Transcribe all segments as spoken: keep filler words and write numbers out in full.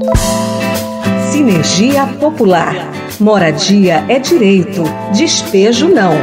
Sinergia Popular. Moradia é direito, despejo não.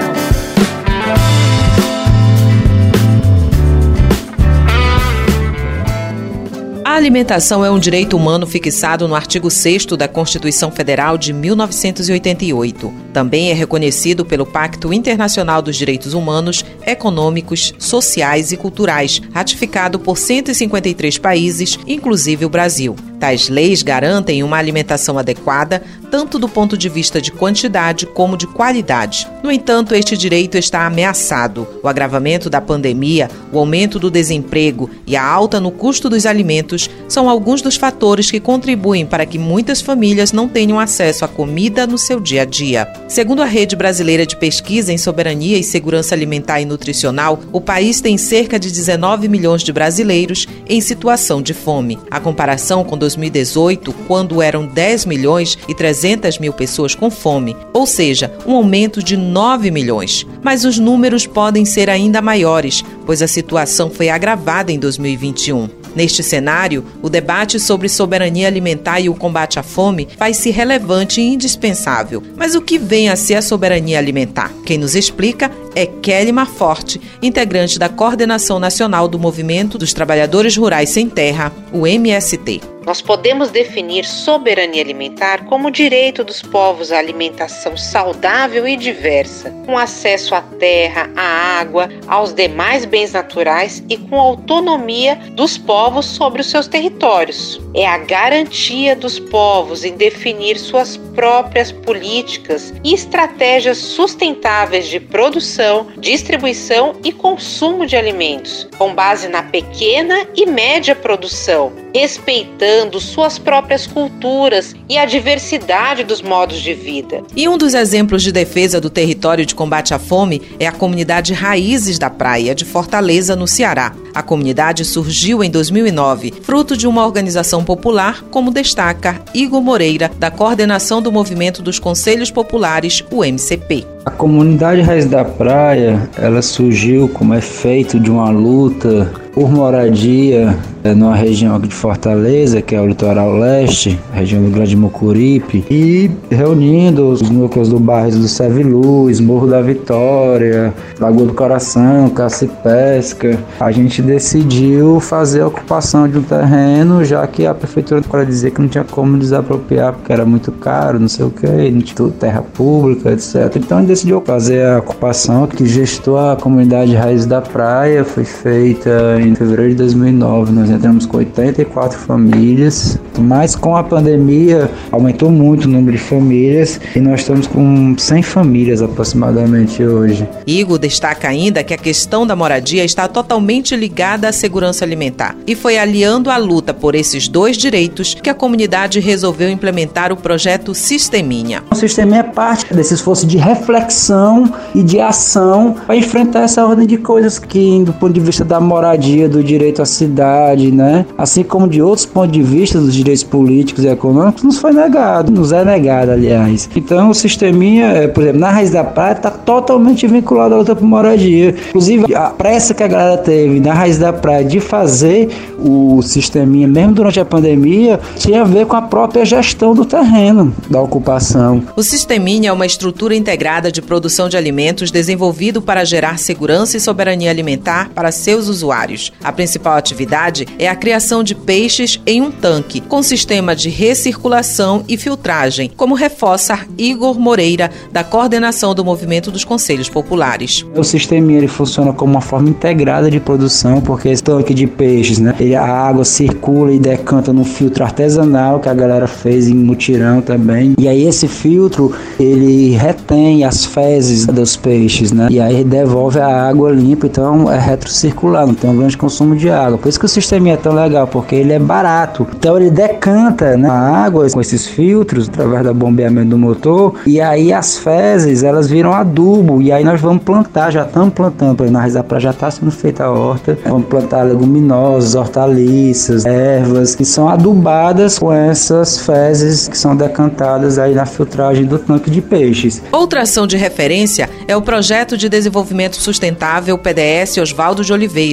A alimentação é um direito humano fixado no artigo sexto da Constituição Federal de mil novecentos e oitenta e oito. Também é reconhecido pelo Pacto Internacional dos Direitos Humanos, Econômicos, Sociais e Culturais, ratificado por cento e cinquenta e três países, inclusive o Brasil. Tais leis garantem uma alimentação adequada, tanto do ponto de vista de quantidade como de qualidade. No entanto, este direito está ameaçado. O agravamento da pandemia, o aumento do desemprego e a alta no custo dos alimentos são alguns dos fatores que contribuem para que muitas famílias não tenham acesso à comida no seu dia a dia. Segundo a Rede Brasileira de Pesquisa em Soberania e Segurança Alimentar e Nutricional, o país tem cerca de dezenove milhões de brasileiros em situação de fome. A comparação com dois mil e dezoito, quando eram dez milhões e trezentas mil pessoas com fome, ou seja, um aumento de nove milhões. Mas os números podem ser ainda maiores, pois a situação foi agravada em dois mil e vinte e um. Neste cenário, o debate sobre soberania alimentar e o combate à fome faz-se relevante e indispensável. Mas o que vem a ser a soberania alimentar? Quem nos explica é Kelly Marforte, integrante da Coordenação Nacional do Movimento dos Trabalhadores Rurais Sem Terra, o M S T. Nós podemos definir soberania alimentar como o direito dos povos à alimentação saudável e diversa, com acesso à terra, à água, aos demais bens naturais e com autonomia dos povos sobre os seus territórios. É a garantia dos povos em definir suas próprias políticas e estratégias sustentáveis de produção, distribuição e consumo de alimentos, com base na pequena e média produção, respeitando suas próprias culturas e a diversidade dos modos de vida. E um dos exemplos de defesa do território de combate à fome é a comunidade Raízes da Praia, de Fortaleza, no Ceará. A comunidade surgiu em dois mil e nove, fruto de uma organização popular, como destaca Igor Moreira, da Coordenação do Movimento dos Conselhos Populares, o M C P. A comunidade Raiz da Praia, ela surgiu como efeito de uma luta por moradia é, numa região aqui de Fortaleza, que é o litoral leste, a região do Grande Mucuripe, e reunindo os núcleos do bairro do Serve Luz, Morro da Vitória, Lagoa do Coração, Caça e Pesca, a gente decidiu fazer a ocupação de um terreno, já que a prefeitura dizia que não tinha como desapropriar, porque era muito caro, não sei o que, não tinha terra pública, etcétera. Então a gente decidiu fazer a ocupação, que gestou a comunidade Raiz da Praia, foi feita em fevereiro de dois mil e nove, nós entramos com oitenta e quatro famílias, mas com a pandemia aumentou muito o número de famílias e nós estamos com cem famílias aproximadamente hoje. Igor destaca ainda que a questão da moradia está totalmente ligada à segurança alimentar e foi aliando a luta por esses dois direitos que a comunidade resolveu implementar o projeto Sisteminha. O Sisteminha é parte desse esforço de reflexão e de ação para enfrentar essa ordem de coisas que, do ponto de vista da moradia, do direito à cidade, né? Assim como de outros pontos de vista dos direitos políticos e econômicos, nos foi negado, nos é negado, aliás. Então o Sisteminha, por exemplo, na Raiz da Praia está totalmente vinculado à luta por moradia. Inclusive a pressa que a galera teve na Raiz da Praia de fazer o Sisteminha, mesmo durante a pandemia, tinha a ver com a própria gestão do terreno, da ocupação. O Sisteminha é uma estrutura integrada de produção de alimentos desenvolvido para gerar segurança e soberania alimentar para seus usuários. A principal atividade é a criação de peixes em um tanque, com sistema de recirculação e filtragem, como reforça Igor Moreira, da Coordenação do Movimento dos Conselhos Populares. O Sisteminha ele funciona como uma forma integrada de produção, porque esse tanque de peixes, né, ele, a água circula e decanta num filtro artesanal que a galera fez em mutirão também. E aí esse filtro, ele retém as fezes dos peixes, né, e aí devolve a água limpa, então é retrocircular, não tem um grande consumo de água. Por isso que o Sisteminha é tão legal, porque ele é barato. Então ele decanta, né, a água com esses filtros através do bombeamento do motor, e aí as fezes elas viram adubo, e aí nós vamos plantar, já estamos plantando, na Raiz da Praia já está sendo feita a horta, vamos plantar leguminosas, hortaliças, ervas, que são adubadas com essas fezes que são decantadas aí na filtragem do tanque de peixes. Outra ação de referência é o Projeto de Desenvolvimento Sustentável P D S Oswaldo de Oliveira, que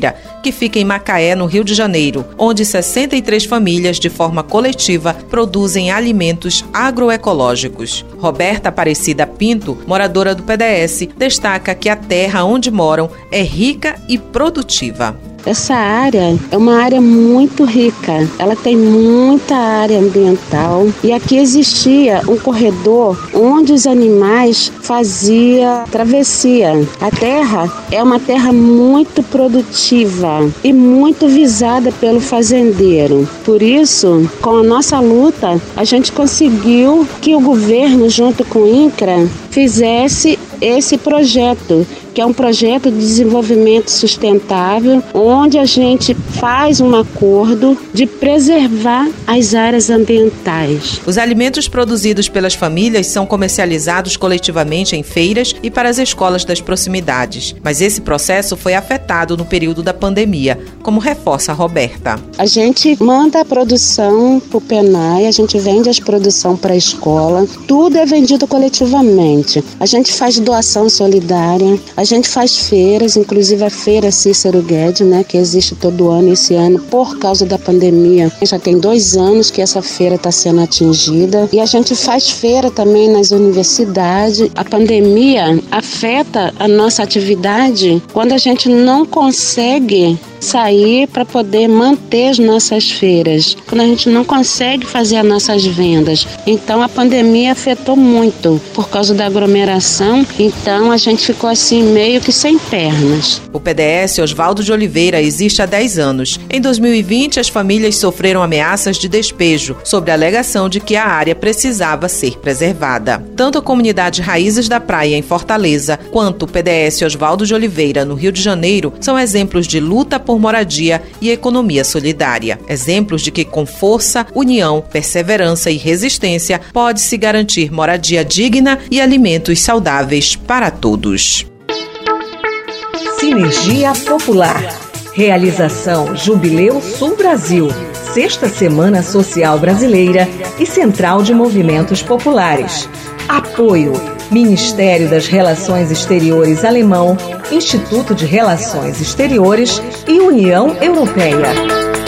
que fica em Macaé, no Rio de Janeiro, onde sessenta e três famílias, de forma coletiva, produzem alimentos agroecológicos. Roberta Aparecida Pinto, moradora do P D S, destaca que a terra onde moram é rica e produtiva. Essa área é uma área muito rica, ela tem muita área ambiental e aqui existia um corredor onde os animais faziam travessia. A terra é uma terra muito produtiva e muito visada pelo fazendeiro. Por isso, com a nossa luta, a gente conseguiu que o governo, junto com o INCRA, fizesse esse projeto, que é um projeto de desenvolvimento sustentável, onde a gente faz um acordo de preservar as áreas ambientais. Os alimentos produzidos pelas famílias são comercializados coletivamente em feiras e para as escolas das proximidades. Mas esse processo foi afetado no período da pandemia, como reforça a Roberta. A gente manda a produção para o PENAI, a gente vende as produções para a escola, tudo é vendido coletivamente. A gente faz doação solidária, a gente faz feiras, inclusive a Feira Cícero Guedes, né, que existe todo ano. Esse ano, por causa da pandemia, já tem dois anos que essa feira está sendo atingida. E a gente faz feira também nas universidades. A pandemia afeta a nossa atividade quando a gente não consegue sair para poder manter as nossas feiras, quando a gente não consegue fazer as nossas vendas. Então a pandemia afetou muito por causa da aglomeração, então a gente ficou assim meio que sem pernas. O P D S Oswaldo de Oliveira existe há dez anos. Em dois mil e vinte, as famílias sofreram ameaças de despejo, sob a alegação de que a área precisava ser preservada. Tanto a comunidade Raízes da Praia, em Fortaleza, quanto o P D S Oswaldo de Oliveira, no Rio de Janeiro, são exemplos de luta por moradia e economia solidária. Exemplos de que, com força, união, perseverança e resistência, pode-se garantir moradia digna e alimentos saudáveis para todos. Sinergia Popular. Realização Jubileu Sul Brasil, Sexta Semana Social Brasileira e Central de Movimentos Populares. Apoio: Ministério das Relações Exteriores Alemão, Instituto de Relações Exteriores e União Europeia.